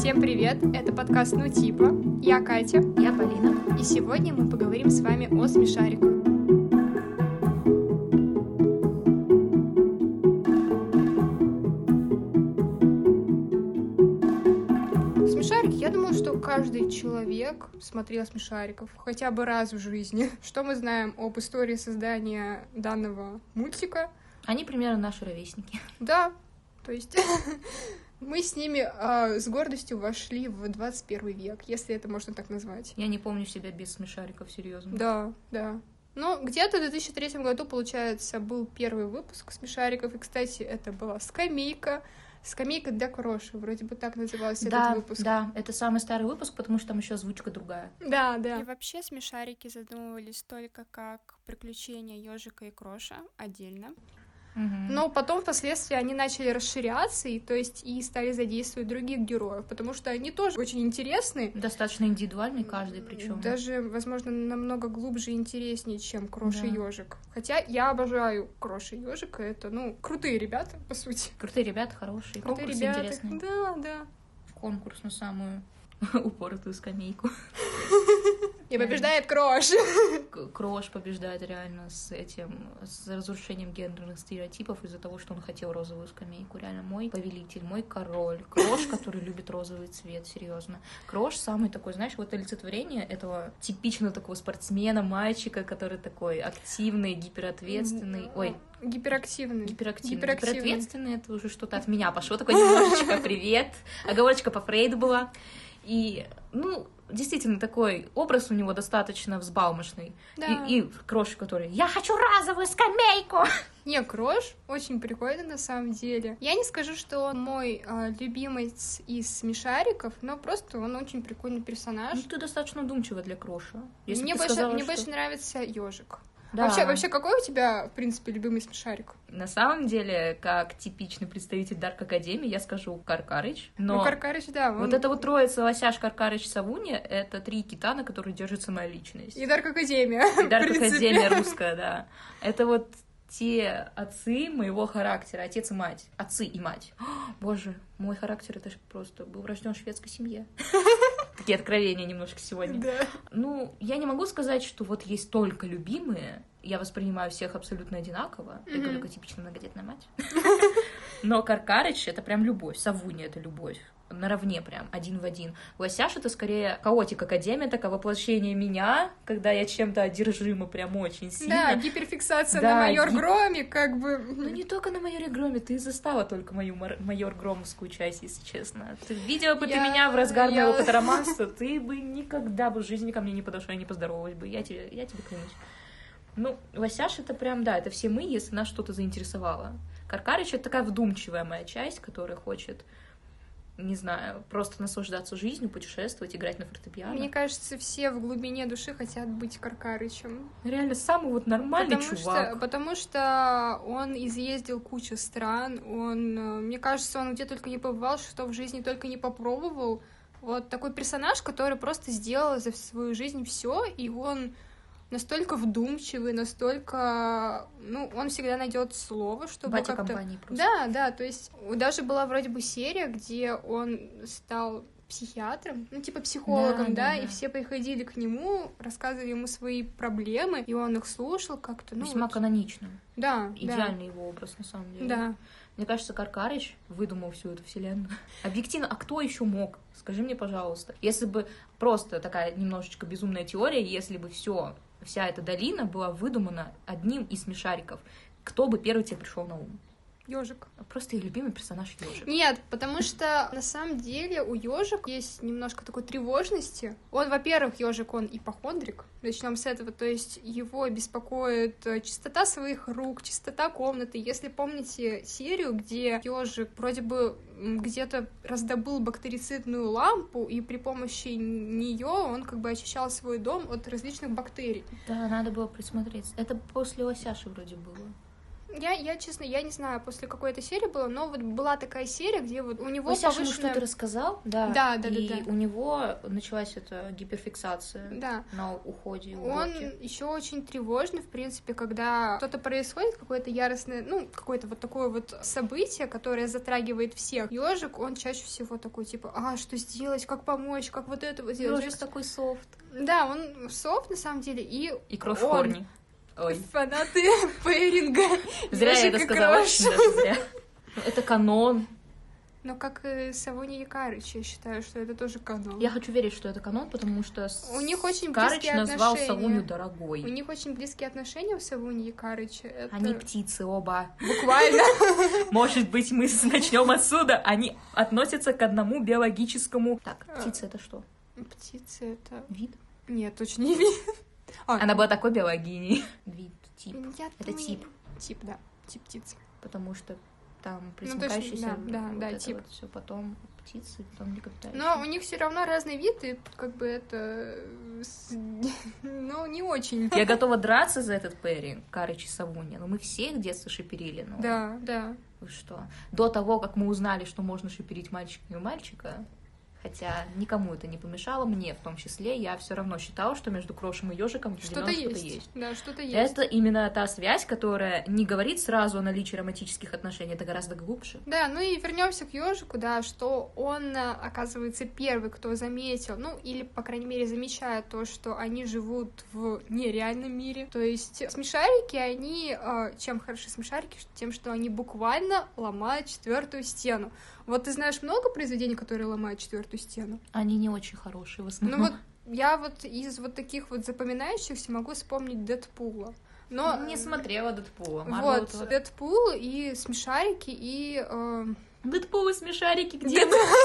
Всем привет, это подкаст «Ну типа». Я Катя. Я Полина. И сегодня мы поговорим с вами о смешариках. Смешарики, я думаю, что каждый человек смотрел смешариков хотя бы раз в жизни. Что мы знаем об истории создания данного мультика? Они примерно наши ровесники. Да, то есть мы с ними с гордостью вошли в 21 век, если это можно так назвать. Я не помню себя без смешариков, серьезно. Да. Ну, где-то в 2003 году, получается, был первый выпуск смешариков. И, кстати, это была скамейка для Кроши. Вроде бы так назывался этот выпуск. Да, это самый старый выпуск, потому что там еще озвучка другая. Да. И вообще смешарики задумывались только как приключения Ёжика и Кроша отдельно. Но потом, впоследствии, они начали расширяться, и стали задействовать других героев, потому что они тоже очень интересны. Достаточно индивидуальный каждый, причем. Даже, возможно, намного глубже и интереснее, чем Кроша и Ёжик. Хотя я обожаю Кроша и Ёжика, это, крутые ребята, по сути. Крутые ребята, хорошие, конкурс интересный. Да. Конкурс на самую упоротую скамейку. И побеждает Крош. Крош побеждает реально с разрушением гендерных стереотипов из-за того, что он хотел розовую скамейку. Реально мой повелитель, мой король. Крош, который любит розовый цвет, серьезно. Крош самый такой, знаешь, вот олицетворение этого типичного такого спортсмена, мальчика, который такой активный, гиперответственный. Гиперактивный. Гиперответственный, это уже что-то от меня пошло. Такой немножечко привет. Оговорочка по Фрейду была. И, действительно, такой образ у него достаточно взбалмошный. Да. И Крош, который «Я хочу разовую скамейку!» Не, Крош очень прикольный на самом деле. Я не скажу, что он мой любимый из смешариков, но просто он очень прикольный персонаж. Ты достаточно вдумчива для Кроша. Мне больше нравится Ёжик. Да. Вообще, какой у тебя, в принципе, любимый смешарик? На самом деле, как типичный представитель Дарк Академии, я скажу Каркарыч. Но Каркарыч, да. Вот это вот троица Лосяш, Каркарыч, Савуня — это три кита, на которые держится моя личность. И Дарк Академия. И Дарк Академия русская, да. Это вот те отцы моего характера, отец и мать. Отцы и мать. Боже, мой характер — это же просто был рожден в шведской семье. Такие откровения немножко сегодня. Да. Я не могу сказать, что вот есть только любимые. Я воспринимаю всех абсолютно одинаково. Я говорю, как типичная многодетная мать. Но Каркарыч — это прям любовь. Савуня — это любовь. Наравне прям, один в один. Лосяш — это скорее хаотик Академия, такое воплощение меня, когда я чем-то одержима прям очень сильно. Да, гиперфиксация на майор Громе, как бы. Не только на майоре Громе, ты застала только мою майор Громовскую часть, если честно. Ты видела бы ты меня в разгар моего фотороманса, ты бы никогда бы в жизни ко мне не подошла и не поздоровалась бы. Я тебе клянусь. Лосяш — это прям, да, это все мы, если нас что-то заинтересовало. Каркарыч — это такая вдумчивая моя часть, которая хочет, не знаю, просто наслаждаться жизнью, путешествовать, играть на фортепиано. Мне кажется, все в глубине души хотят быть Каркарычем. Реально, самый вот нормальный чувак. Потому что он изъездил кучу стран, мне кажется, он где только не побывал, что в жизни только не попробовал. Вот такой персонаж, который просто сделал за свою жизнь все, и он настолько вдумчивый, настолько... он всегда найдет слово, чтобы батя как-то... компании просто. Да, то есть даже была вроде бы серия, где он стал психиатром, типа психологом, да, и все приходили к нему, рассказывали ему свои проблемы, и он их слушал как-то, весьма каноничным. Да. Идеальный его образ, на самом деле. Да. Мне кажется, Каркарыч выдумал всю эту вселенную. Объективно, а кто еще мог? Скажи мне, пожалуйста. Если бы просто такая немножечко безумная теория, если бы вся эта долина была выдумана одним из смешариков, кто бы первый тебе пришел на ум? Ёжик. Просто ее любимый персонаж Ёжик. Нет, потому что на самом деле у Ёжика есть немножко такой тревожности. Он, во-первых, Ёжик, он ипохондрик. Начнем с этого. То есть его беспокоит чистота своих рук, чистота комнаты. Если помните серию, где Ёжик вроде бы где-то раздобыл бактерицидную лампу, и при помощи нее он как бы очищал свой дом от различных бактерий. Да, надо было присмотреться. Это после Лосяши вроде было. Я, честно, я не знаю, после какой это серии было, но вот была такая серия, где вот у него Саша ему повышенная... что-то рассказал, да, Да. и у него началась эта гиперфиксация Да. на уходе и Он уборке. еще очень тревожный, в принципе, когда что-то происходит, какое-то яростное, ну, какое-то вот такое вот событие, которое затрагивает всех. Ёжик, он чаще всего такой, типа, что сделать, как помочь, как вот это вот сделать. Ёжик такой софт. Да, он софт, на самом деле, и кровь он... в корне. Ой. Фанаты пейринга. Зря я это сказала, очень даже зря. Это канон. Но как и Савония Якарыч, я считаю, что это тоже канон. Я хочу верить, что это канон, потому что у них очень Карыч близкие назвал отношения. Савунью дорогой. У них очень близкие отношения у Савуньи и Якарыча. Это... Они птицы оба. Буквально. Может быть, мы начнем отсюда. Они относятся к одному биологическому... Так, птица это что? Птицы это... Вид? Нет, точно не вид. Она была такой биологиней. Вид, тип. Это тип. Тип, да. Тип птицы. Потому что там Ну, пресмыкающийся... да, это тип. вот все потом птицы, потом млекопитающие. Но у них все равно разный вид, и как бы это... Ну, не очень. Я готова драться за этот пэринг, Карыч и Савунья, но мы все их в детстве шиперили. Ну, Да. вы что? До того, как мы узнали, что можно шиперить мальчика и мальчика, хотя никому это не помешало, мне в том числе, я все равно считала, что между Крошем и Ёжиком Что-то есть. Да, что-то есть. Это именно та связь, которая не говорит сразу о наличии романтических отношений, это гораздо глубже. Да, ну и вернемся к Ёжику, да, что он, оказывается, первый, кто заметил, ну, или, по крайней мере, замечает то, что они живут в нереальном мире. То есть смешарики, они... Чем хороши смешарики? Тем, что они буквально ломают четвертую стену. Вот ты знаешь много произведений, которые ломают четвертую стену? Они не очень хорошие в основном. Ну вот я вот из вот таких вот запоминающихся могу вспомнить Дэдпула. Но... Не смотрела Дэдпула. Вот, Дэдпул и смешарики, и... Дэдпул и смешарики где?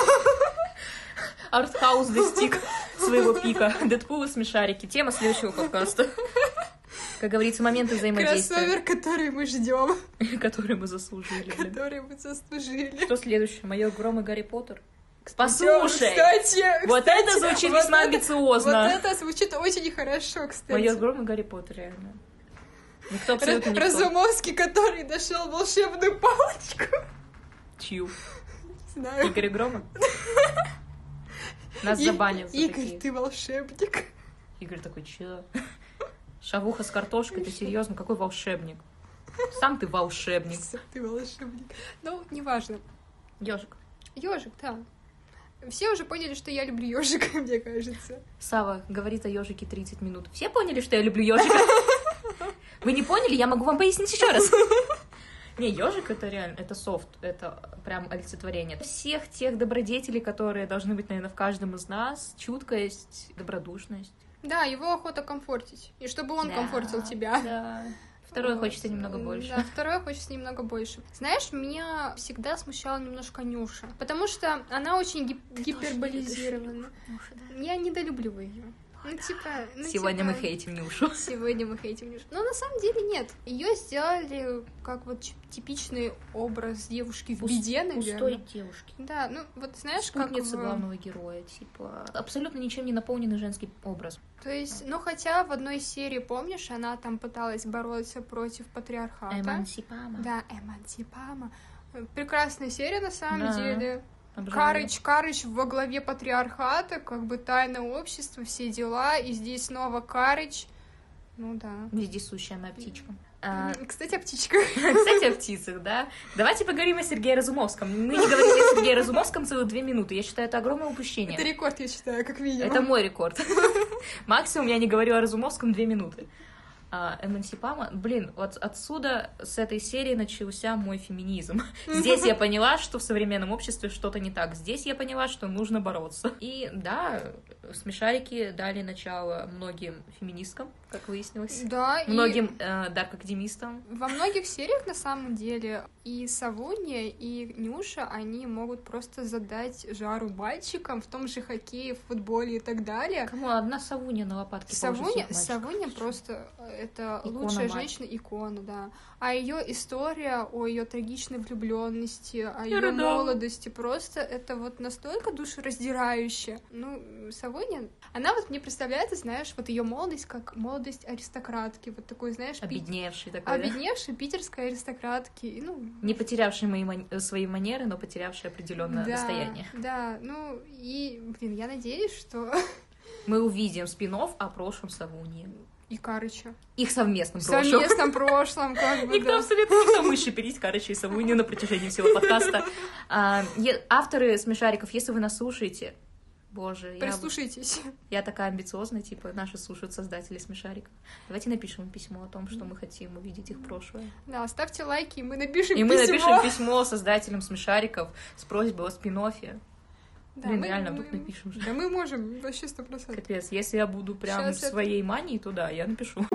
Артхаус достиг своего пика. Дэдпул и смешарики. Тема следующего подкаста. Как говорится, моменты взаимодействия. Кроссовер, который мы ждем. Который мы заслужили. Который мы заслужили. Что следующее? Майор Гром и Гарри Поттер? Послушай! Кстати, вот это звучит весьма амбициозно. Вот это звучит очень хорошо, кстати. Майор Гром и Гарри Поттер, реально. Никто абсолютно никто. Разумовский, который нашел волшебную палочку. Чью? Не знаю. Игоря Грома? Нас забанят за Игорь, такие. ты волшебник. Игорь такой, чё? Шавуха с картошкой, ты серьезно? Какой волшебник? Сам ты волшебник. Ты волшебник. Ну, неважно. Ёжик. Ёжик, да. Все уже поняли, что я люблю ёжика, мне кажется. Сава говорит о ёжике 30 минут. Все поняли, что я люблю ёжика? Вы не поняли? Я могу вам пояснить еще раз. Не, ёжик это реально, это софт, это прям олицетворение всех тех добродетелей, которые должны быть, наверное, в каждом из нас. Чуткость, добродушность. Да, его охота комфортить. И чтобы он комфортил тебя. Да. Второе хочется немного больше. Да, второе хочется немного больше. Знаешь, меня всегда смущала немножко Нюша, потому что она очень гиперболизирована. Я недолюбливаю ее. Сегодня мы хейтим Нюшу. Сегодня мы хейтим Нюшу. Но на самом деле нет. Ее сделали как вот типичный образ девушки в беде, наверное. Пустой девушки. Да, ну вот знаешь, спутница как... главного героя, типа... Абсолютно ничем не наполненный женский образ. То есть, ну хотя в одной серии, помнишь, она там пыталась бороться против патриархата. Эмансипама. Да, Эмансипама. Прекрасная серия на самом деле. Обжаю. Карыч во главе патриархата, как бы тайное общество, все дела, и здесь снова Карыч. Ну да. Вездесущая моя птичка. Кстати, о птичках. Кстати, о птицах, да. Давайте поговорим о Сергее Разумовском. Мы не говорили о Сергее Разумовском целых 2 минуты. Я считаю, это огромное упущение. Это рекорд, я считаю, как минимум. Это мой рекорд. Максимум я не говорю о Разумовском 2 минуты. Эмансипама, блин, вот отсюда, с этой серии начался мой феминизм. Здесь я поняла, что в современном обществе что-то не так. Здесь я поняла, что нужно бороться. И да, смешарики дали начало многим феминисткам, как выяснилось. Да, многим дарк-активистам. Во многих сериях, на самом деле, и Савунья, и Нюша, они могут просто задать жару мальчикам в том же хоккее, в футболе и так далее. Кому одна Савунья на лопатке положит всех Савунья просто... Это икона лучшая мать. женщина, икона, да. А ее история о ее трагичной влюбленности, о Я ее рыдала. молодости, просто это вот настолько душераздирающе. Ну, Савунья, она вот мне представляется, знаешь, вот ее молодость как молодость аристократки, вот такой, знаешь, Обедневший такой, обедневшей питерской аристократки, ну... Не потерявший свои манеры, но потерявший определенное достояние. Да, ну и, блин, я надеюсь, что... Мы увидим спин-офф о прошлом Савуньи. И Карыча. Их совместном В прошлом. совместном прошлом, как бы, Никто абсолютно не мог шиперить Карыча и Савунью на протяжении всего подкаста. Авторы смешариков, если вы нас слушаете, боже, прислушайтесь. Я такая амбициозная, типа, наши слушают создатели смешариков. Давайте напишем письмо о том, что мы хотим увидеть их прошлое. Да, ставьте лайки, и мы напишем И мы напишем письмо создателям смешариков с просьбой о спин-оффе. Да, блин, реально, вдруг напишем же. Да мы можем, вообще 100%. Капец, если я буду прям в своей мании, то да, я напишу.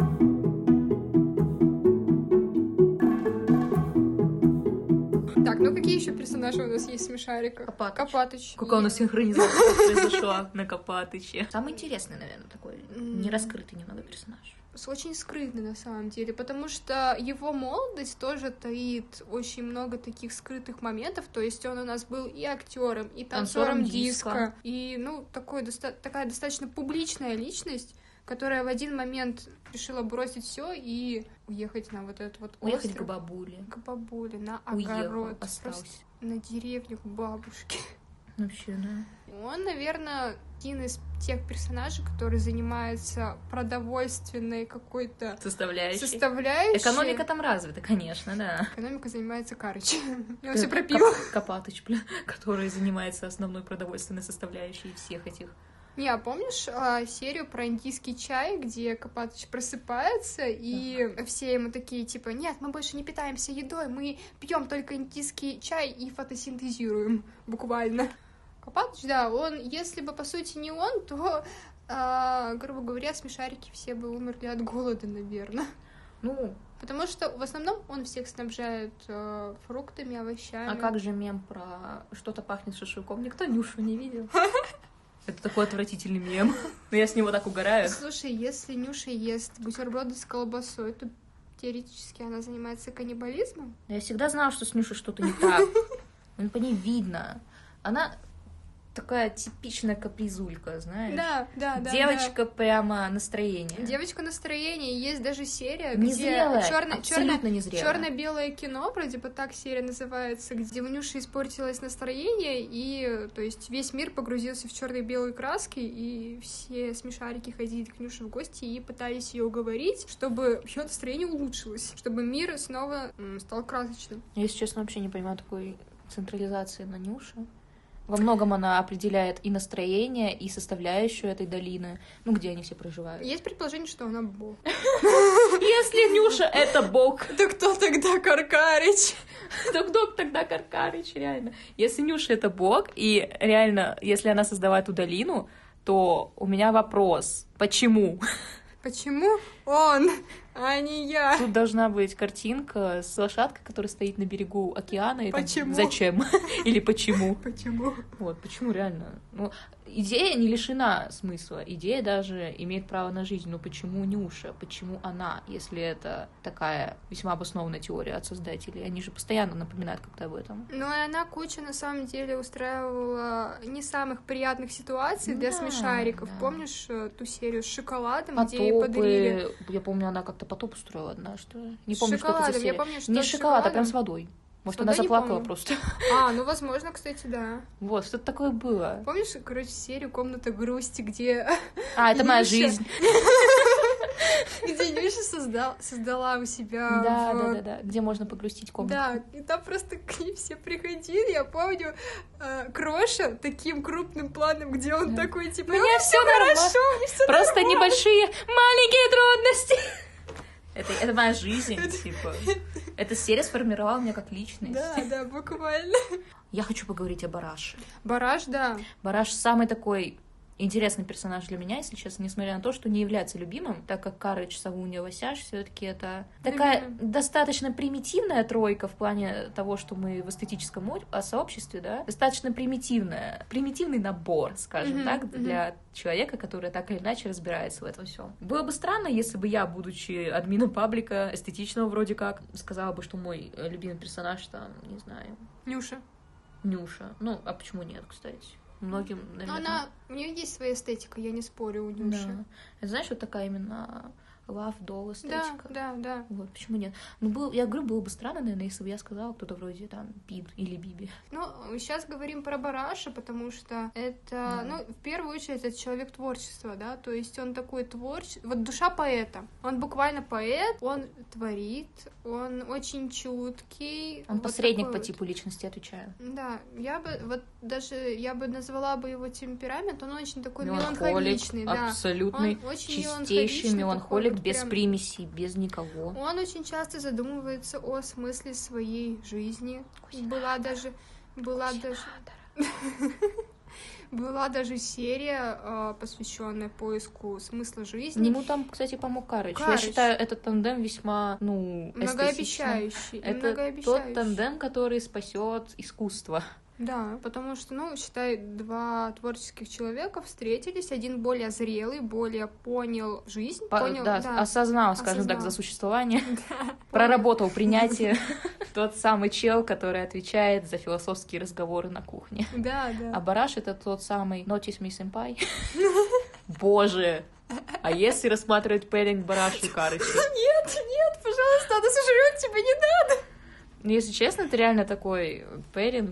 Так, ну какие еще персонажи у нас есть в смешариках? Копатыч. Какая у нас синхронизация произошла на Копатыче. Самый интересный, наверное, такой нераскрытый немного персонаж. Очень скрытный на самом деле, потому что его молодость тоже таит очень много таких скрытых моментов, то есть он у нас был и актером, и танцором диска, и, ну, такая достаточно публичная личность, которая в один момент решила бросить все и уехать на вот этот вот остров. Уехать к бабуле. К бабуле, на огород. Остался. На деревню к бабушке. Вообще, да. Он, наверное, один из тех персонажей, который занимается продовольственной какой-то составляющей. Экономика там развита, конечно, да. Экономика занимается Карыч. Я все пропил. Копатыч, который занимается основной продовольственной составляющей всех этих. Не, а помнишь серию про индийский чай, где Копатыч просыпается, и все ему такие, типа, нет, мы больше не питаемся едой, мы пьем только индийский чай и фотосинтезируем, буквально. Копатыч, да, он, если бы, по сути, не он, то, грубо говоря, смешарики все бы умерли от голода, наверное. Ну... Потому что в основном он всех снабжает фруктами, овощами. А как же мем про «что-то пахнет шашлыком»? Никто Нюшу не видел? Это такой отвратительный мем. Но я с него так угораю. Слушай, если Нюша ест бутерброды с колбасой, то теоретически она занимается каннибализмом? Я всегда знала, что с Нюшей что-то не так. По ней видно. Она такая типичная капризулька, знаешь? Да. Девочка прямо настроение. Девочка настроение. Есть даже серия, незрелая, абсолютно незрелая. Черно-белое кино, вроде бы так серия называется, где у Нюши испортилось настроение, и, то есть, весь мир погрузился в черно-белые краски, и все смешарики ходили к Нюше в гости и пытались ее уговорить, чтобы ее настроение улучшилось, чтобы мир снова стал красочным. Я, если честно, вообще не понимаю такой централизации на Нюше. Во многом она определяет и настроение, и составляющую этой долины, ну, где они все проживают. Есть предположение, что она бог. Если Нюша — это бог, то кто тогда Каркарыч? То кто тогда Каркарыч, реально? Если Нюша — это бог, и реально, если она создала эту долину, то у меня вопрос. Почему? Почему он, а не я? Тут должна быть картинка с лошадкой, которая стоит на берегу океана. И почему? Там, зачем? Или почему? Почему? Вот, почему реально? Ну, идея не лишена смысла. Идея даже имеет право на жизнь. Но почему Нюша? Почему она, если это такая весьма обоснованная теория от создателей? Они же постоянно напоминают как-то об этом. Ну, и она куча, на самом деле, устраивала не самых приятных ситуаций для смешариков. Да. Помнишь ту серию с шоколадом, потопы, где ей подарили... Я помню, она как-то потоп устроила однажды. Не помню, что это за серия. Я помню, что не шоколад, а прям с водой. Может, она заплакала просто. Ну, возможно, кстати, да. Вот, что-то такое было. Помнишь, короче, серию «Комната грусти», где... это моя жизнь. Где Нюша создала у себя... Да. Где можно погрустить комнату. Да, и там просто к ней все приходили. Я помню Кроша таким крупным планом, где он такой, типа, мне все хорошо, просто небольшие маленькие трудности. Это моя жизнь, типа. Эта серия сформировала меня как личность. Да, буквально. Я хочу поговорить о Бараше. Бараш, да. Бараш самый такой интересный персонаж для меня, если честно, несмотря на то, что не является любимым, так как Карыч, Савунья, Васяш все-таки это такая достаточно примитивная тройка в плане того, что мы в эстетическом сообществе, да, достаточно примитивный набор, скажем так, для человека, который так или иначе разбирается в этом всем. Было бы странно, если бы я, будучи админом паблика, эстетичного вроде как, сказала бы, что мой любимый персонаж там, не знаю... Нюша. Ну, а почему нет, кстати? Многим, наверное... У нее есть своя эстетика, я не спорю, у Нюши. Да. Это, знаешь, вот такая именно love doll эстетика. Да. Вот, почему нет? Ну, я говорю, было бы странно, наверное, если бы я сказала кто-то вроде там Пин или Биби. Ну, сейчас говорим про Бараша, потому что это, в первую очередь, это человек творчества, да, то есть он такой вот душа поэта. Он буквально поэт, он творит, он очень чуткий. Он вот посредник по типу личности, отвечаю. Да, я бы назвала бы его темперамент, он очень такой меланхоличный, да. Абсолютный, он очень чистейший меланхолик, такой, без примесей, без никого. Он очень часто задумывается о смысле своей жизни. Была даже серия, посвященная поиску смысла жизни. Ему там, кстати, помог Карыч. Я считаю, этот тандем весьма, многообещающий. Это тот тандем, который спасет искусство. Да, потому что, считай, два творческих человека встретились, один более зрелый, более понял жизнь, осознал, скажем так, за существование, проработал принятие. Тот самый чел, который отвечает за философские разговоры на кухне. Да. А Бараш — это тот самый Notice Me Senpai. Боже! А если рассматривать пэринг Бараши и Карыча? Нет, пожалуйста, она сожрет тебя, не надо! Если честно, это реально такой пэринг,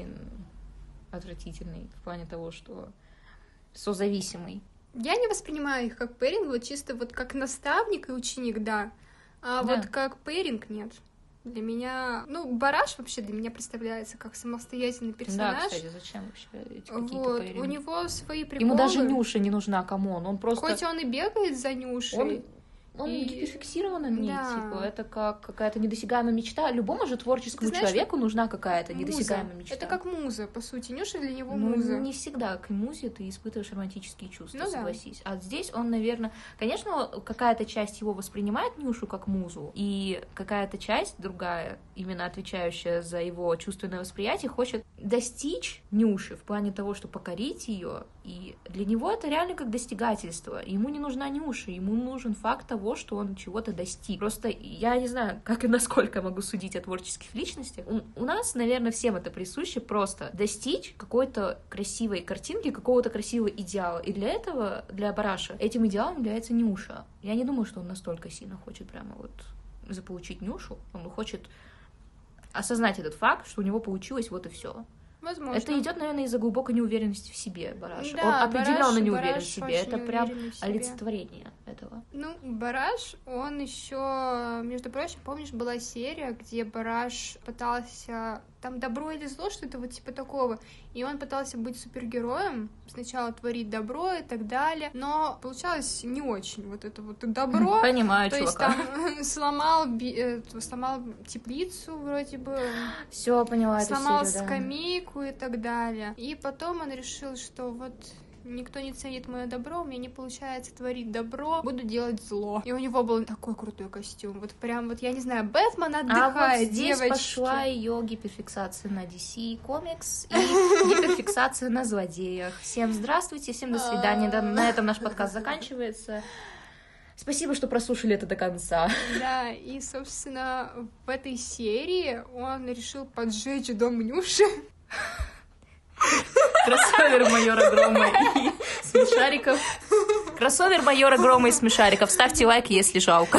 отвратительный в плане того, что созависимый. Я не воспринимаю их как пэринг, вот чисто вот как наставник и ученик, да. А вот как пэринг нет. Для меня... Бараш вообще для меня представляется как самостоятельный персонаж. Да, кстати, зачем вообще эти какие-то пэринги? У него свои приколы. Ему даже Нюша не нужна, камон, он просто... Хоть он и бегает за Нюшей... Он гиперфиксирован на ней, типа, это как какая-то недосягаемая мечта. Любому же творческому человеку нужна какая-то недосягаемая мечта. Это как муза, по сути. Нюша для него муза. Не всегда к музе ты испытываешь романтические чувства, согласись. А здесь он, наверное... Конечно, какая-то часть его воспринимает Нюшу как музу, и какая-то часть, другая, именно отвечающая за его чувственное восприятие, хочет достичь Нюши в плане того, что покорить ее. И для него это реально как достигательство. Ему не нужна Нюша, ему нужен факт того, что он чего-то достиг. Просто я не знаю, как и насколько я могу судить о творческих личностях. У нас, наверное, всем это присуще, просто достичь какой-то красивой картинки, какого-то красивого идеала. И для этого, для Бараша, этим идеалом является Нюша. Я не думаю, что он настолько сильно хочет прямо вот заполучить Нюшу. Он хочет осознать этот факт, что у него получилось вот и все. Возможно. Это идет, наверное, из-за глубокой неуверенности в себе Бараша. Да, он определенно не уверен в себе. Это прям олицетворение этого. Бараш, он еще, между прочим, помнишь, была серия, где Бараш пытался там добро или зло, что-то вот типа такого, и он пытался быть супергероем, сначала творить добро и так далее, но получалось не очень вот это вот добро. Понимаю, то чувака. есть там сломал теплицу вроде бы. Все поняла эту серию, сломал скамейку и так далее. И потом он решил, что вот никто не ценит мое добро, у меня не получается творить добро, буду делать зло. И у него был такой крутой костюм. Вот прям вот, я не знаю, Бэтмен отдыхает, а вот здесь девочки. Пошла ее гиперфиксация на DC Comics и гиперфиксация на злодеях. Всем здравствуйте, всем до свидания. На этом наш подкаст заканчивается. Спасибо, что прослушали это до конца. Да, и, собственно, в этой серии он решил поджечь дом Нюши. Кроссовер майора Грома и смешариков. Кроссовер майора Грома и смешариков. Ставьте лайк, если жалко.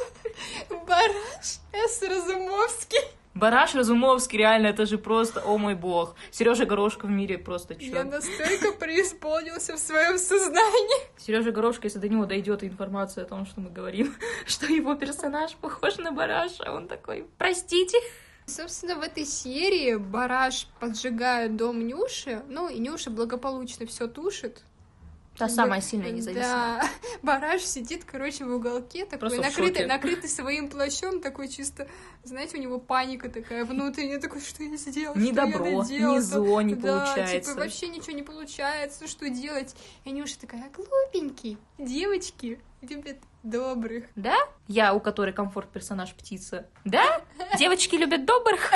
Бараш С. Разумовский. Бараш Разумовский, реально, это же просто, о мой бог. Сережа Горошко в мире просто чё. Я настолько преисполнился в своем сознании. Сережа Горошко, если до него дойдет информация о том, что мы говорим, что его персонаж похож на Бараша, он такой, простите. Собственно, в этой серии Бараш поджигает дом Нюши, и Нюша благополучно все тушит. Та самая сильная независимая. Да, Бараш сидит, в уголке, такой накрытый своим плащом, такой чисто, знаете, у него паника такая внутренняя, такой, что я сделал, ни что добро, я наделал, ни зло не да, получается. вообще ничего не получается, что делать? И Нюша такая, глупенький, девочки любят добрых. Да? Я, у которой комфорт персонаж птица. Да? Девочки любят добрых?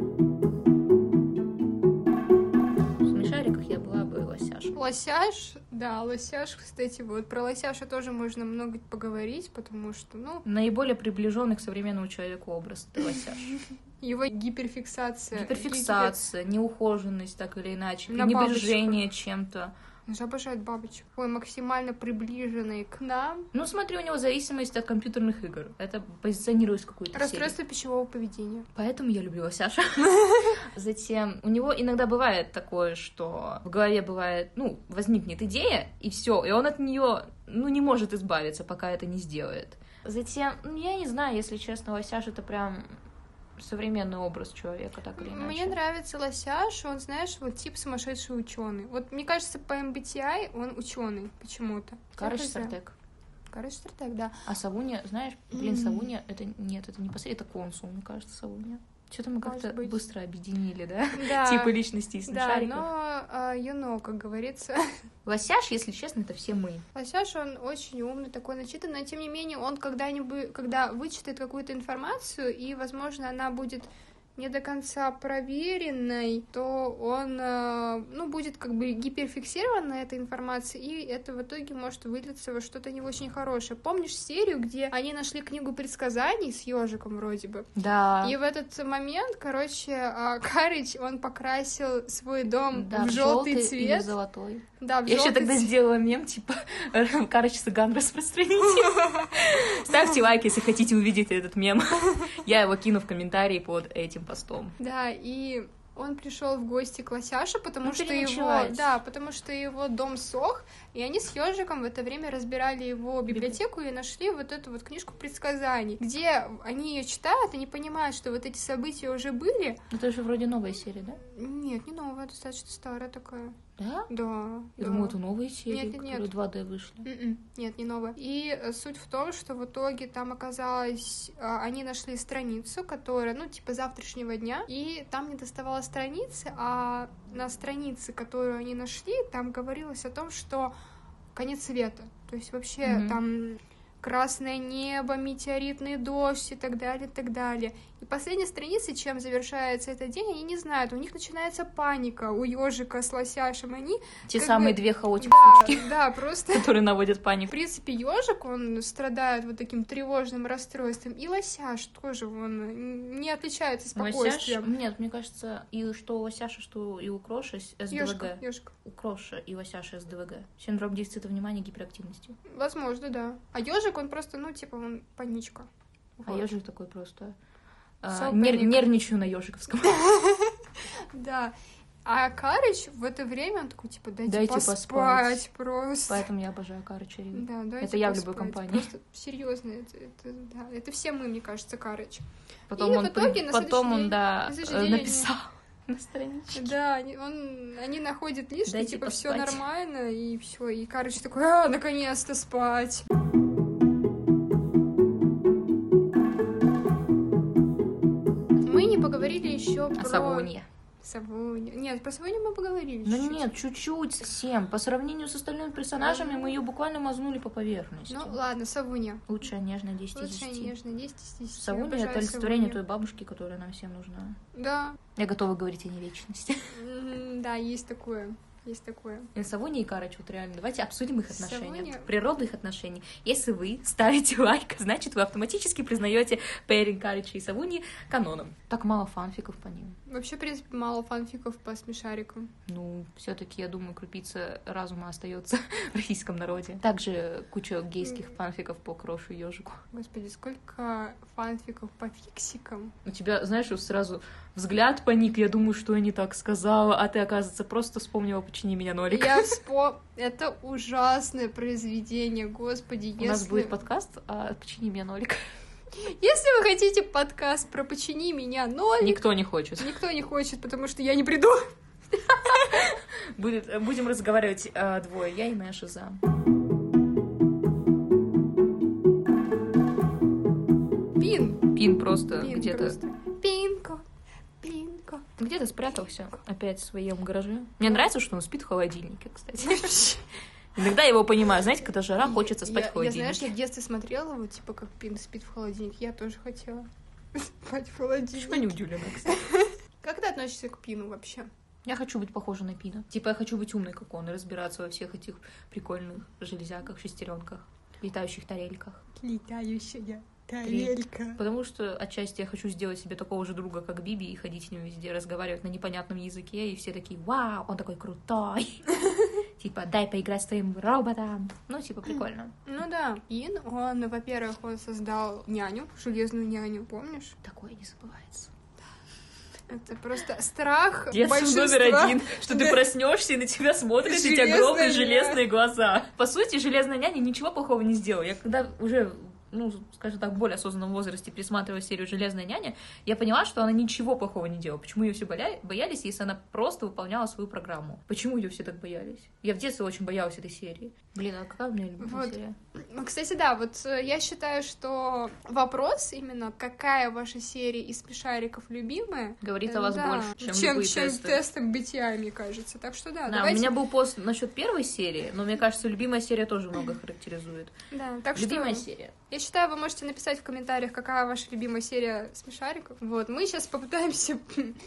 Лосяш, Да, Лосяш, кстати, вот про Лосяша тоже можно много поговорить, потому что, ну... Наиболее приближенный к современному человеку образ — это Лосяш. Его гиперфиксация. Гиперфиксация, неухоженность, так или иначе, На пренебрежение чем-то. Он же обожает бабочек. Ой, максимально приближенный к нам. Ну, смотри, у него зависимость от компьютерных игр. Это позиционирует в какую-то серию. Расстройство пищевого поведения. Поэтому я люблю Лосяша. Затем у него иногда бывает такое, что в голове бывает, ну, возникнет идея, и все, и он от нее, ну, не может избавиться, пока это не сделает. Затем, ну, я не знаю, если честно, Лосяш — это прям современный образ человека, так или иначе. Мне нравится Лосяш, он, знаешь, вот тип сумасшедший ученый. Вот мне кажется, по MBTI он ученый почему-то. Карыч Стратег. Карыч Стратег, да. А Савуня, знаешь, блин, Савуня, это нет, это не посредник, это консул, мне кажется, Савуня. Что-то мы как-то быстро объединили, да? Да. Типы личностей из смешариков. Да, но, как говорится... Лосяш, если честно, это все мы. Лосяш, он очень умный, такой начитанный, но тем не менее он когда-нибудь, когда вычитает какую-то информацию, и, возможно, она будет не до конца проверенной, то он, ну, будет как бы гиперфиксирован на этой информации, и это в итоге может вылиться во что-то не очень хорошее. Помнишь серию, где они нашли книгу предсказаний с ежиком вроде бы? Да. И в этот момент, короче, Карыч, он покрасил свой дом да, в желтый цвет. И в золотой. Да, в Я еще тогда цвет. сделала мем, типа, Карыч цыган распространитель. Ставьте лайк, если хотите увидеть этот мем. Я его кину в комментарии под этим постом. Да, и он пришел в гости к Лосяшу, потому что его дом сох, и они с ежиком в это время разбирали его библиотеку и нашли вот эту вот книжку предсказаний, где они ее читают и не понимают, что вот эти события уже были. Это же вроде новая серия, да? Нет, не новая, достаточно старая такая. Да? Да. Я думала, это новые серии, Нет. которые 2D вышли. Нет, не новая. И суть в том, что в итоге там оказалось... Они нашли страницу, которая, ну, типа завтрашнего дня, и там не доставала страницы, а на странице, которую они нашли, там говорилось о том, что конец света. То есть вообще там красное небо, метеоритный дождь и так далее, и так далее. И последняя страница, чем завершается этот день, они не знают. У них начинается паника у ежика с Лосяшем. Они те самые две хаотик сучки, да, просто... которые наводят В панику. принципе, ежик, он страдает вот таким тревожным расстройством. И Лосяш тоже, он не отличается спокойствием. Лосяш, нет, мне кажется, и что у Лосяша, что и у Кроша СДВГ. Ёшка. У Кроша и Лосяша СДВГ. Синдром дефицита внимания, гиперактивности. Возможно, да. А ежик, он просто, ну, типа, он паничка. А ежик такой просто... Паник. Нервничаю на ежиковском. Да. А Карыч в это время, он такой, типа, дайте поспать просто. Поэтому я обожаю Карыча. Да, дайте это я поспать. в любой компании. Просто серьезно, это все мы, мне кажется, Карыч. Потом и он, в итоге, написал на страничке. Да, они находят лишь, что, типа, все поспать. нормально, и все. И Карыч такой, наконец-то спать. Мы не поговорили еще про... Савунья. Савунью. Нет, про Савунью мы поговорили. Ну нет, чуть-чуть совсем. По сравнению с остальными персонажами мы ее буквально мазнули по поверхности. Ну ладно, Савунья. Лучшая нежная 10 из 10. Лучшая нежная 10 из 10. Савунья — это олицетворение той бабушки, которая нам всем нужна. Да. Я готова говорить о невечности. Да, есть такое. Есть такое. Савунья и Карыч, вот реально, давайте обсудим их отношения. Савунья... Природу их отношений. Если вы ставите лайк, значит, вы автоматически признаете пэринг Карыча и Савуньи каноном. Так мало фанфиков по ним. Вообще, в принципе, мало фанфиков по смешарикам. Ну, все-таки, я думаю, крупица разума остается в российском народе. Также куча гейских фанфиков по Крошу и Ёжику. Господи, сколько фанфиков по фиксикам. У тебя, знаешь, сразу взгляд паник, я думаю, что я не так сказала, а ты, оказывается, просто вспомнила «Почини меня, Нолик». Это ужасное произведение, господи. У нас будет подкаст «Почини меня, Нолик». Если вы хотите подкаст про «Почини меня, Нолик», никто не хочет. Никто не хочет, потому что я не приду. Будем разговаривать двое, я и моя шиза. Пин просто где-то... Пинко. Где-то спрятался опять в своем гараже. Мне нравится, что он спит в холодильнике, кстати. Иногда я его понимаю. Знаете, когда жара, хочется спать в холодильнике. Я, знаешь, я в детстве смотрела, вот, типа, как Пин спит в холодильнике. Я тоже хотела спать в холодильнике. Что не удивлена, кстати. Как ты относишься к Пину вообще? Я хочу быть похожа на Пина. Типа я хочу быть умной, как он, и разбираться во всех этих прикольных железяках, шестеренках, летающих тарельках. Летающая тарелька. Потому что отчасти я хочу сделать себе такого же друга, как Биби, и ходить с ним везде, разговаривать на непонятном языке, и все такие: вау, он такой крутой. Типа, дай поиграть с твоим роботом. Ну, типа, прикольно. Ну да, Пин, он, во-первых, он создал няню, железную няню, помнишь? Такое не забывается. Это просто страх Детство большинства. номер один, что ты проснешься и на тебя смотрят эти огромные железные глаза. По сути, железная няня ничего плохого не сделала. Я когда уже, ну, скажем так, в более осознанном возрасте пересматривала серию «Железная няня», я поняла, что она ничего плохого не делала. Почему ее все боялись, если она просто выполняла свою программу? Почему ее все так боялись? Я в детстве очень боялась этой серии. Блин, а какая у меня любимая серия? Ну, кстати, да, вот я считаю, что вопрос именно, какая ваша серия из смешариков любимая, говорит о вас больше, чем любые тесты. тест MBTI, мне кажется. Так что да, Да, давайте... у меня был пост насчет первой серии, но мне кажется, любимая серия тоже много характеризует. Да, так любимая что... серия. Я считаю, вы можете написать в комментариях, какая ваша любимая серия смешариков. Вот, мы сейчас попытаемся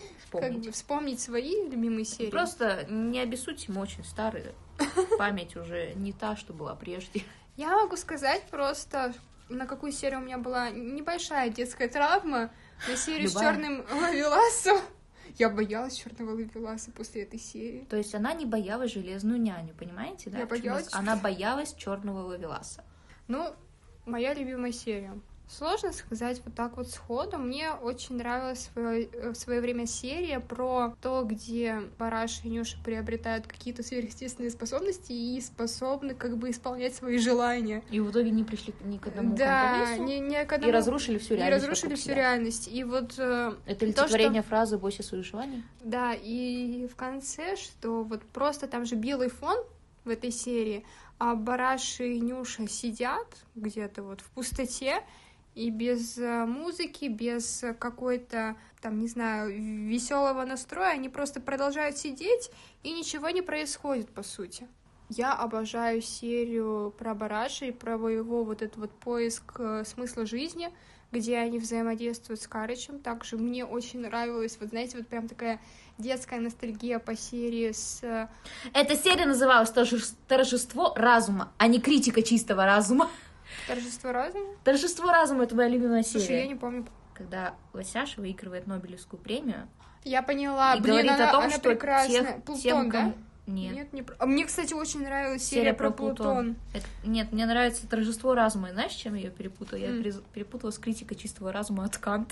вспомнить свои любимые серии. Просто не обессудьте, мы очень старые. Память уже не та, что была прежде. Я могу сказать просто, на какую серию у меня была небольшая детская травма. На серию с черным ловеласом. Я боялась черного ловеласа после этой серии. То есть она не боялась железную няню, понимаете, да? Я боялась. Она боялась черного ловеласа. Ну, моя любимая серия. Сложно сказать вот так вот сходу. Мне очень нравилась в свое время серия про то, где Бараш и Нюша приобретают какие-то сверхъестественные способности и способны как бы исполнять свои желания. И в итоге не пришли ни к одному компромиссу. компромиссу. К одному... И разрушили всю реальность. И разрушили всю реальность. И вот... Это олицетворение фразы «бойся своих желаний». Да, и в конце, что вот просто там же белый фон в этой серии, а Бараш и Нюша сидят где-то вот в пустоте, и без музыки, без какой-то, там, не знаю, веселого настроя, они просто продолжают сидеть, и ничего не происходит, по сути. Я обожаю серию про Бараша и про его вот этот вот поиск смысла жизни, где они взаимодействуют с Карычем. Также мне очень нравилось, вот знаете, вот прям такая детская ностальгия по серии с... Эта серия называлась «Торжество разума», а не «Критика чистого разума». Торжество разума? Торжество разума — это моя любимая серия. Слушай, я не помню. Когда Лосяш выигрывает Нобелевскую премию. Я поняла. И говорит о том, она что прекрасная. Плутон, да? Нет. А мне, кстати, очень нравилась серия про Плутон. Нет, мне нравится «Торжество разума». И знаешь, чем я ее перепутала? Я перепутала с «Критикой чистого разума» от Канта.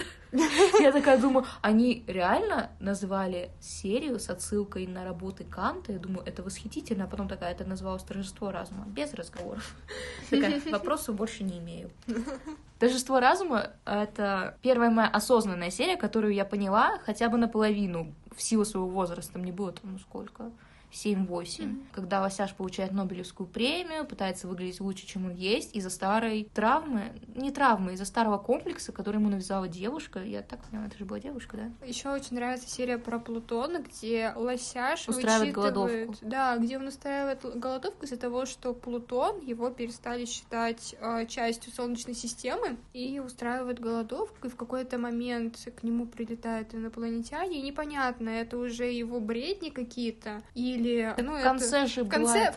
Я такая думаю, они реально назвали серию с отсылкой на работы Канта. Я думаю, это восхитительно. А потом такая, это называлось «Торжество разума». Без разговоров. Такая, вопросов больше не имею. «Торжество разума» — это первая моя осознанная серия, которую я поняла хотя бы наполовину в силу своего возраста. Мне было там, сколько... 7-8, когда Лосяш получает Нобелевскую премию, пытается выглядеть лучше, чем он есть, из-за старой травмы, не травмы, из-за старого комплекса, который ему навязала девушка. Я так понимаю, это же была девушка, да? Еще очень нравится серия про Плутона, где Лосяш устраивает голодовку. Да, где он устраивает голодовку из-за того, что Плутон, его перестали считать частью Солнечной системы, и устраивает голодовку, и в какой-то момент к нему прилетают инопланетяне, и непонятно, это уже его бредни какие-то, или... в конце же в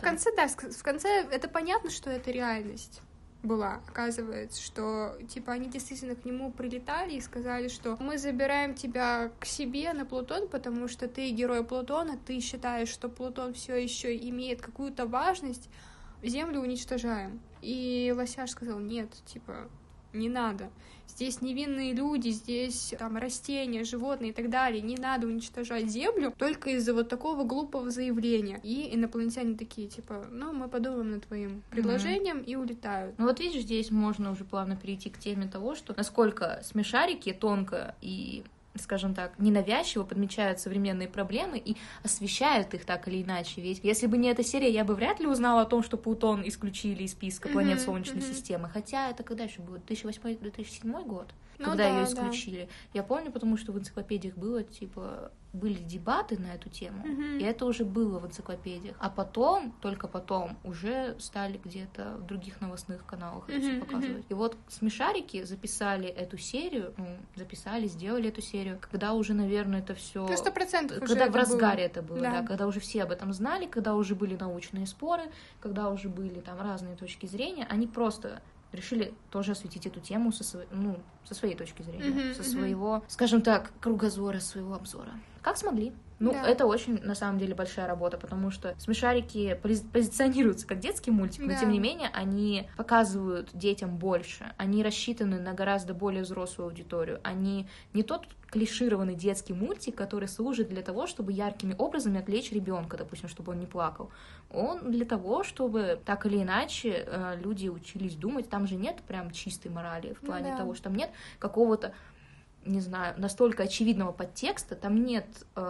конце это понятно, что это реальность была. Оказывается, что типа они действительно к нему прилетали и сказали, что мы забираем тебя к себе на Плутон, потому что ты герой Плутона, ты считаешь, что Плутон все еще имеет какую-то важность, Землю уничтожаем. И Лосяш сказал, нет, типа, не надо. Здесь невинные люди, здесь там растения, животные и так далее. Не надо уничтожать Землю только из-за вот такого глупого заявления. И инопланетяне такие, типа, ну, мы подумаем над твоим предложением и улетают. Ну вот видишь, здесь можно уже плавно перейти к теме того, что насколько смешарики тонко и, скажем так, ненавязчиво подмечают современные проблемы и освещают их так или иначе. Ведь если бы не эта серия, я бы вряд ли узнала о том, что Плутон исключили из списка планет Солнечной системы. Хотя это когда еще было? 2008-2007 год? когда ее исключили. Я помню, потому что в энциклопедиях было, типа, были дебаты на эту тему, и это уже было в энциклопедиях. А потом, только потом, уже стали где-то в других новостных каналах это все показывать. И вот «Смешарики» записали эту серию, сделали эту серию, когда уже, наверное, это все, когда в разгаре это было, да, когда уже все об этом знали, когда уже были научные споры, когда уже были там разные точки зрения, они просто решили тоже осветить эту тему со своей точки зрения, со своего, скажем так, кругозора, своего обзора. Как смогли. Это очень, на самом деле, большая работа, потому что «Смешарики» позиционируются как детский мультик, но, тем не менее, они показывают детям больше. Они рассчитаны на гораздо более взрослую аудиторию. Они не тот клишированный детский мультик, который служит для того, чтобы яркими образами отвлечь ребенка, допустим, чтобы он не плакал. Он для того, чтобы так или иначе люди учились думать. Там же нет прям чистой морали в плане того, что там нет какого-то, не знаю, настолько очевидного подтекста, там нет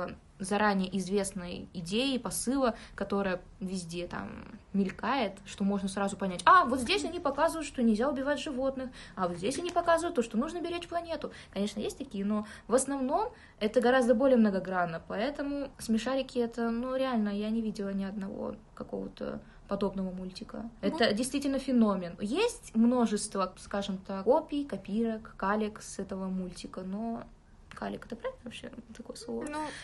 заранее известной идеи, посыла, которая везде там мелькает, что можно сразу понять, вот здесь они показывают, что нельзя убивать животных, а вот здесь они показывают то, что нужно беречь планету. Конечно, есть такие, но в основном это гораздо более многогранно, поэтому «Смешарики» — это, реально, я не видела ни одного какого-то подобного мультика. Это действительно феномен. Есть множество, скажем так, копий, копирок, калек с этого мультика, но калек — это правильно вообще такое слово?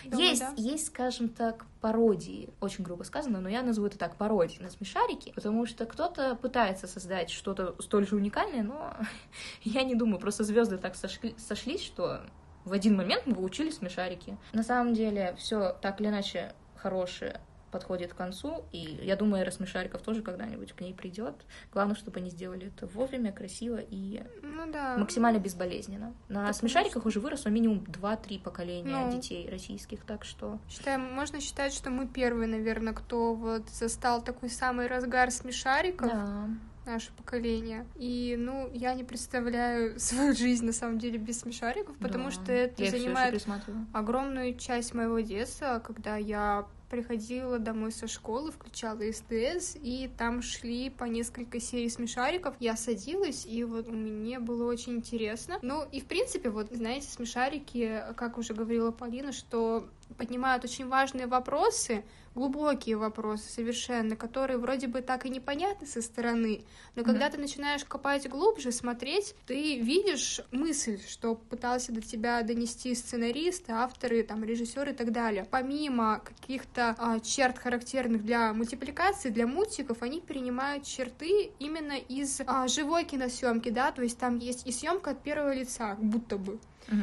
Есть, скажем так, пародии, очень грубо сказано, но я назову это так, пародии на «Смешарики», потому что кто-то пытается создать что-то столь же уникальное, но я не думаю, просто звезды так сошлись, что в один момент мы выучили «Смешарики». На самом деле все так или иначе хорошее подходит к концу, и я думаю, эра «Смешариков» тоже когда-нибудь к ней придет. Главное, чтобы они сделали это вовремя, красиво и максимально безболезненно. На «Смешариках» уже выросло минимум 2-3 поколения детей российских, так что... Можно считать, что мы первые, наверное, кто вот застал такой самый разгар «Смешариков». Да. Наше поколение. И, я не представляю свою жизнь, на самом деле, без «Смешариков», потому что это занимает огромную часть моего детства, когда я приходила домой со школы, включала СТС, и там шли по несколько серий «Смешариков». Я садилась, и вот мне было очень интересно. И, в принципе, знаете, «Смешарики», как уже говорила Полина, что поднимают очень важные вопросы, глубокие вопросы совершенно, которые вроде бы так и непонятны со стороны, но когда ты начинаешь копать глубже, смотреть, ты видишь мысль, что пытался до тебя донести сценаристы, авторы, режиссеры и так далее. Помимо каких-то черт, характерных для мультипликации, для мультиков, они перенимают черты именно из живой киносъемки, да, то есть там есть и съемка от первого лица, будто бы.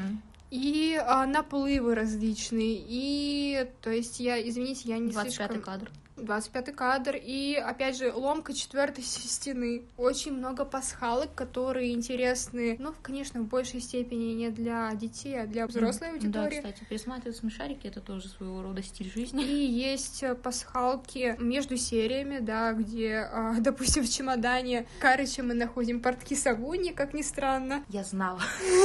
И наплывы различные, и, то есть, я не 25-й кадр. 25-й кадр, и, опять же, ломка четвертой стены. Очень много пасхалок, которые интересны, конечно, в большей степени не для детей, а для взрослой аудитории. Да, кстати, пересматривать «Смешарики» — это тоже своего рода стиль жизни. И есть пасхалки между сериями, да, где, допустим, в чемодане Карыча мы находим портки Савуни, как ни странно. Я знала.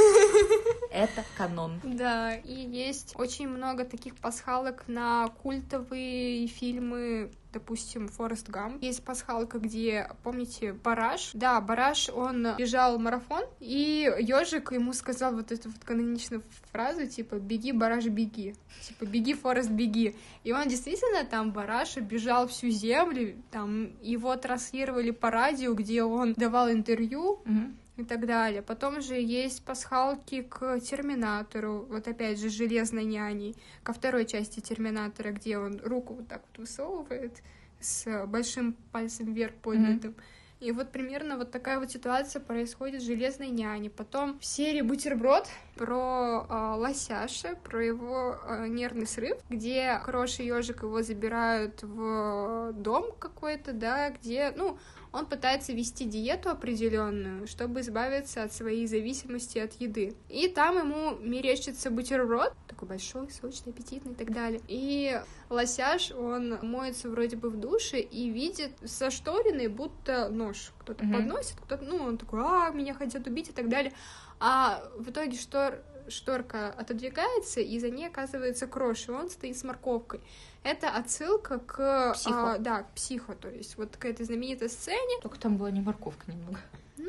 Это канон. Да, и есть очень много таких пасхалок на культовые фильмы, допустим, «Форест Гамп». Есть пасхалка, где, помните, Бараш? Да, Бараш, он бежал марафон, и ежик ему сказал вот эту вот каноничную фразу, типа «беги, Бараш, беги», типа «беги, Форест, беги». И он действительно там, Бараш, бежал всю землю, там его транслировали по радио, где он давал интервью, и так далее. Потом же есть пасхалки к «Терминатору», вот опять же «Железной няней», ко второй части «Терминатора», где он руку вот так вот высовывает с большим пальцем вверх поднятым. И вот примерно вот такая вот ситуация происходит с «Железной няней». Потом в серии «Бутерброд» про Лосяша, про его нервный срыв, где Кроша и Ёжик его забирают в дом какой-то, да, где, он пытается вести диету определенную, чтобы избавиться от своей зависимости от еды. И там ему мерещится бутерброд, такой большой, сочный, аппетитный и так далее. И Лосяш, он моется вроде бы в душе и видит зашторенный будто нож. Кто-то подносит, кто-то, он такой, меня хотят убить и так далее. А в итоге шторка отодвигается, и за ней оказывается Крош, и он стоит с морковкой. Это отсылка к... Психо. К Психо, то есть вот к этой знаменитой сцене. Только там была не морковка немного.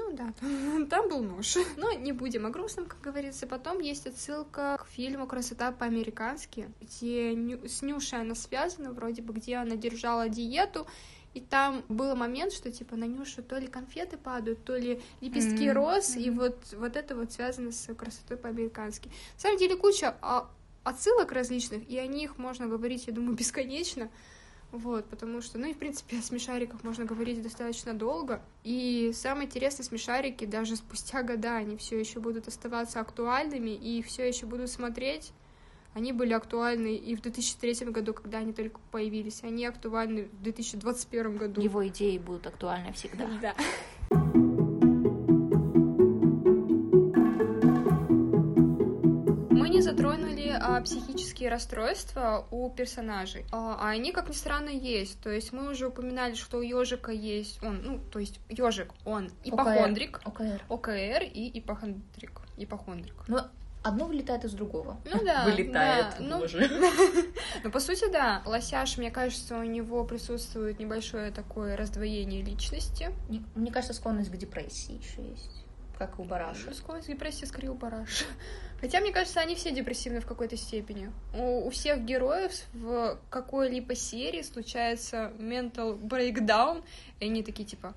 Ну да, там был нож. Но не будем о грустном, как говорится. Потом есть отсылка к фильму «Красота по-американски», где с Нюшей она связана, вроде бы, где она держала диету, и там был момент, что типа на Нюшу то ли конфеты падают, то ли лепестки роз, и вот это вот связано с красотой по-американски. На самом деле куча отсылок различных, и о них можно говорить, я думаю, бесконечно. Вот, потому что, ну и в принципе о смешариках можно говорить достаточно долго. И самое интересное, смешарики даже спустя года они все еще будут оставаться актуальными и все еще будут смотреть. Они были актуальны и в 2003 году, когда они только появились. Они актуальны в 2021 году. Его идеи будут актуальны всегда. Да. Мы не затронули психические расстройства у персонажей. А они, как ни странно, есть. То есть мы уже упоминали, что у ежика есть он, ну, то есть ежик, он ипохондрик, ОКР и ипохондрик. Ну, одно вылетает из другого. Ну да. Вылетает, да, боже. Ну, по сути, да. Лосяш, мне кажется, у него присутствует небольшое такое раздвоение личности. Мне кажется, склонность к депрессии еще есть, как и у Бараша. Склонность к депрессии скорее у Бараша. Хотя, мне кажется, они все депрессивны в какой-то степени. У всех героев в какой-либо серии случается mental breakdown, и они такие типа...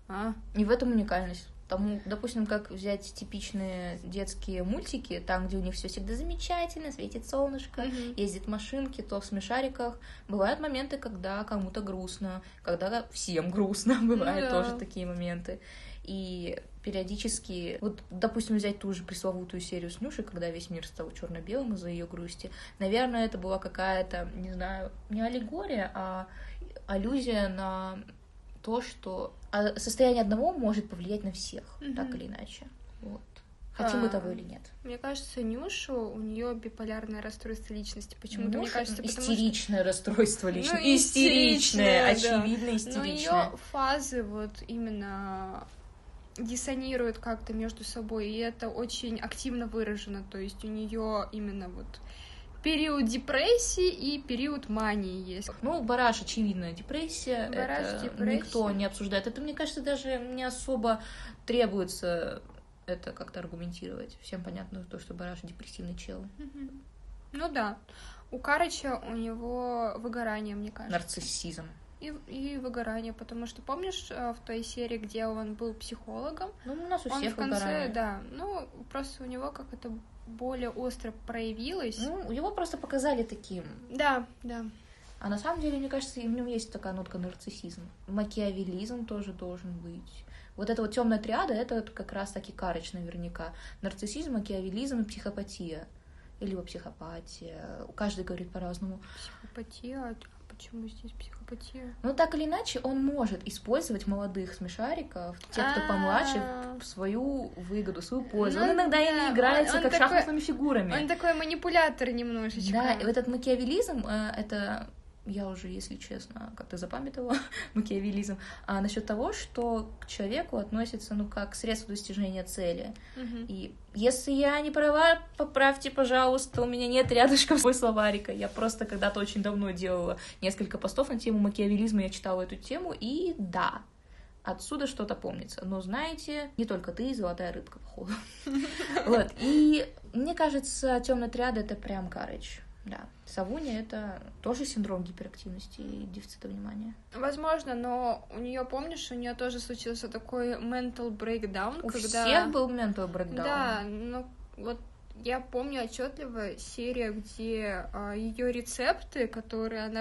И в этом уникальность. Тому, допустим, как взять типичные детские мультики, там, где у них все всегда замечательно, светит солнышко, ездят машинки, то в смешариках. Бывают моменты, когда кому-то грустно, когда всем грустно, бывают тоже такие моменты. И периодически, вот, допустим, взять ту же пресловутую серию с Нюшей, когда весь мир стал черно-белым из-за ее грусти. Наверное, это была какая-то, не знаю, не аллегория, а аллюзия на то, что состояние одного может повлиять на всех, так или иначе. Вот. Хотим мы того или нет. Мне кажется, Нюшу, у нее биполярное расстройство личности. Почему-то, мне кажется, истеричное расстройство личности. Ну, истеричное, очевидно, истеричное. Но ее фазы вот именно диссонируют как-то между собой, и это очень активно выражено. То есть у нее именно вот период депрессии и период мании есть. Ну, Бараш, очевидная депрессия. Депрессия. Никто не обсуждает. Это, мне кажется, даже не особо требуется это как-то аргументировать. Всем понятно то, что Бараш депрессивный чел. Ну да. У Карыча у него выгорание, мне кажется. Нарциссизм. И выгорание, потому что помнишь в той серии, где он был психологом? Ну, у нас у всех он в конце, выгорание. Да, ну, просто у него как это более остро проявилось. Ну, его просто показали таким. Да, да. А на самом деле, мне кажется, в нем есть такая нотка нарциссизм. Макиавелизм тоже должен быть. Вот эта вот темная триада, это как раз-таки Карыч наверняка. Нарциссизм, макиавелизм и психопатия. Либо психопатия. Каждый говорит по-разному. Психопатия? Почему здесь психопатия? Ну, так или иначе, он может использовать молодых смешариков, тех, кто помладше, в свою выгоду, свою пользу. Он иногда ими играется, как шахматными фигурами. Он такой манипулятор немножечко. Да, и этот макиавелизм, это... Я уже, если честно, как-то запамятовала макиавелизм, насчет того, что к человеку относится, ну, как средство достижения цели. И если я не права, поправьте, пожалуйста, у меня нет рядышком свой словарика. Я просто когда-то очень давно делала несколько постов на тему макиавелизма, я читала эту тему, и да, отсюда что-то помнится. Но знаете, не только ты, золотая рыбка, походу. Вот, и мне кажется, темная триада — это прям Карыч. Да, Савуня — это тоже синдром гиперактивности и дефицита внимания. Возможно, но у нее, помнишь, у нее тоже случился такой mental breakdown. У всех был mental breakdown. Да, ну вот я помню отчетливо серию, где ее рецепты, которые она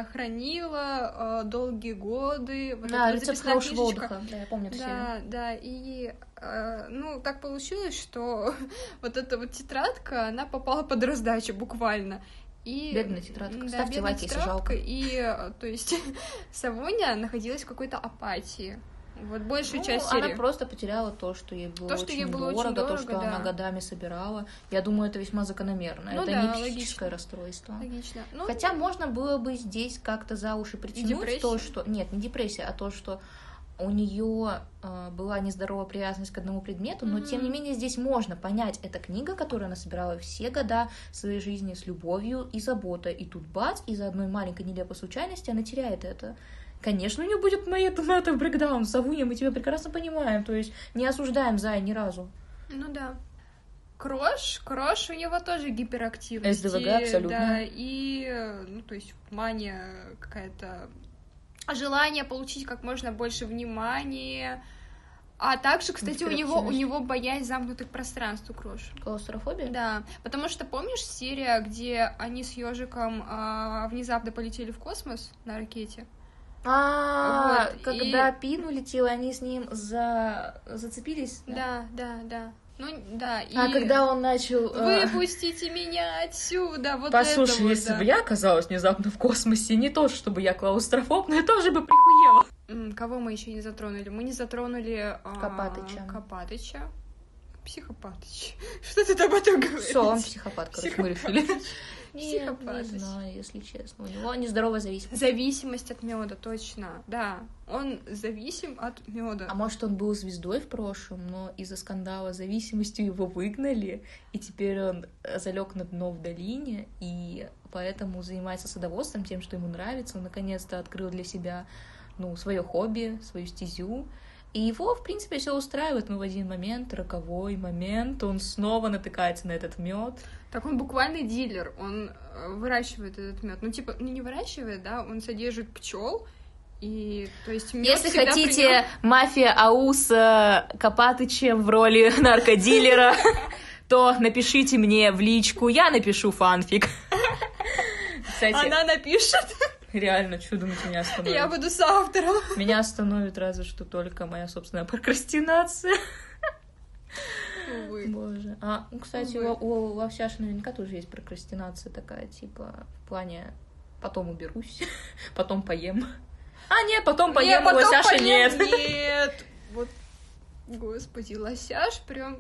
хранила долгие годы. Вот да, рецепт хорошего отдыха. Да, я помню эту серию. Да, и ну, так получилось, что вот эта вот тетрадка, она попала под раздачу буквально. И, бедная тетрадка. Ставьте лайк, если жалко. И, то есть, Савуня находилась в какой-то апатии. Вот большую часть серии. Она просто потеряла то, что ей было очень дорого, то, что она годами собирала. Я думаю, это весьма закономерно. Ну, это да, не психическое расстройство. Логично. Хотя можно было бы здесь как-то за уши притянуть то, что... Нет, не депрессия, а то, что у нее была нездоровая привязанность к одному предмету, но тем не менее здесь можно понять, это книга, которую она собирала все года своей жизни с любовью и заботой, и тут бац, из-за одной маленькой нелепой случайности она теряет это. Конечно, у него будет Matter Breakdown. Савуня, мы тебя прекрасно понимаем. То есть не осуждаем Зая ни разу. Ну да. Крош у него тоже гиперактивность. СДВГ абсолютно. Да, и, ну, то есть мания какая-то, желание получить как можно больше внимания. А также, кстати, у него боязнь замкнутых пространств у Кроша. Клаустрофобия? Да, потому что, помнишь, серия, где они с Ёжиком внезапно полетели в космос на ракете? Вот, когда Пин улетел, они с ним зацепились? Да. Ну, да, и... когда он начал... Выпустите меня отсюда, вот Послушай, это вот, если да. бы я оказалась внезапно в космосе, не то, чтобы я клаустрофоб, но я тоже бы прихуела. Кого мы еще не затронули? Мы не затронули... Копатыча. Психопатыч. Что ты об этом говоришь? Все, он психопат, короче, мы решили. Психопатыч. Не знаю, если честно. У него нездоровая зависимость. Зависимость от меда, точно. Да, он зависим от меда. А может, он был звездой в прошлом, но из-за скандала с зависимостью его выгнали, и теперь он залег на дно в долине, и поэтому занимается садоводством, тем, что ему нравится. Он наконец-то открыл для себя, свое хобби, свою стезю. И его, в принципе, все устраивает, но в один момент, роковой момент, он снова натыкается на этот мед. Так он буквально дилер, он выращивает этот мед. Не выращивает, да, он содержит пчел. И, то есть, если хотите мафия АУ с Копатычем в роли наркодилера, то напишите мне в личку, я напишу фанфик. Кстати, она напишет. Реально, что думаете, меня остановит? Я буду соавтором. Меня остановит разве что только моя собственная прокрастинация. Увы. Боже. Кстати, у Овсяши наверняка тоже есть прокрастинация такая, типа, в плане потом уберусь, потом поем. Нет, потом поем, у Лосяши нет. Нет. Вот, господи, Лосяш прям...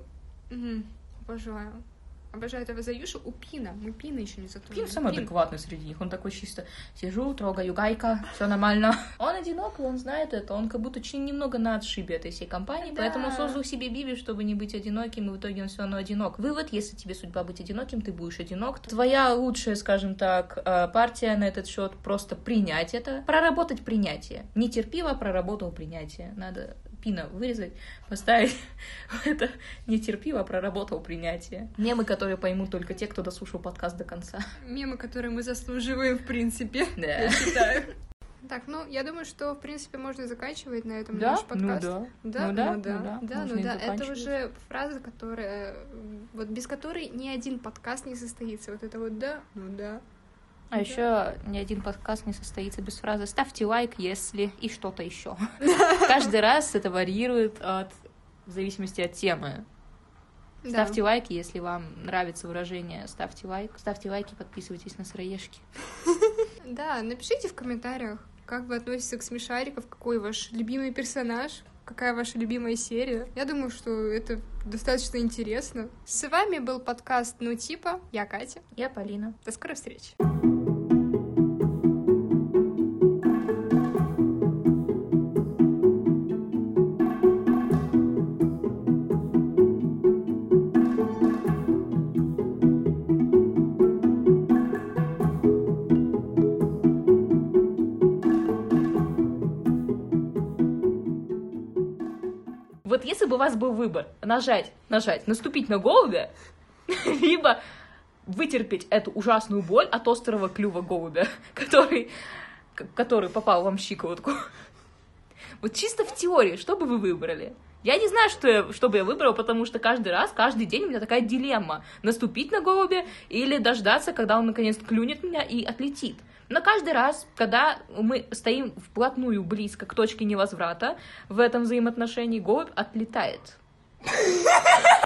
Обожаю этого Заюшу. У Пина. Мы Пина еще не затронули. Пин самый адекватный среди них. Он такой чисто сижу, трогаю гайка, все нормально. Он одинок, он знает это. Он как будто очень немного на отшибе этой всей компании, да. Поэтому создал себе Биби, чтобы не быть одиноким, и в итоге он все равно одинок. Вывод: если тебе судьба быть одиноким, ты будешь одинок. Твоя лучшая, скажем так, партия на этот счет просто принять это, проработать принятие. Нетерпиво проработал принятие. Надо Пина вырезать, поставить это нетерпиво проработал принятие. Мемы, которые поймут только те, кто дослушал подкаст до конца. Мемы, которые мы заслуживаем, в принципе, да. Я считаю. Так, я думаю, что, в принципе, можно заканчивать на этом наш подкаст. Да. Это уже фраза, которая... Вот без которой ни один подкаст не состоится. Вот это вот да. А еще ни один подкаст не состоится без фразы «ставьте лайк, если...» и что-то еще. Каждый раз это варьирует в зависимости от темы. Ставьте лайки, если вам нравится выражение «ставьте лайк». Ставьте лайки, подписывайтесь на сыроежки. Да, напишите в комментариях, как вы относитесь к Смешарикам, какой ваш любимый персонаж, какая ваша любимая серия. Я думаю, что это достаточно интересно. С вами был подкаст Я Катя. Я Полина. До скорой встречи. Вот если бы у вас был выбор нажать, наступить на голубя, либо вытерпеть эту ужасную боль от острого клюва голубя, который попал вам в щиколотку. Вот чисто в теории, что бы вы выбрали? Я не знаю, что бы я выбрала, потому что каждый день у меня такая дилемма. Наступить на голубя или дождаться, когда он наконец клюнет меня и отлетит. Но каждый раз, когда мы стоим вплотную близко к точке невозврата в этом взаимоотношении, голубь отлетает.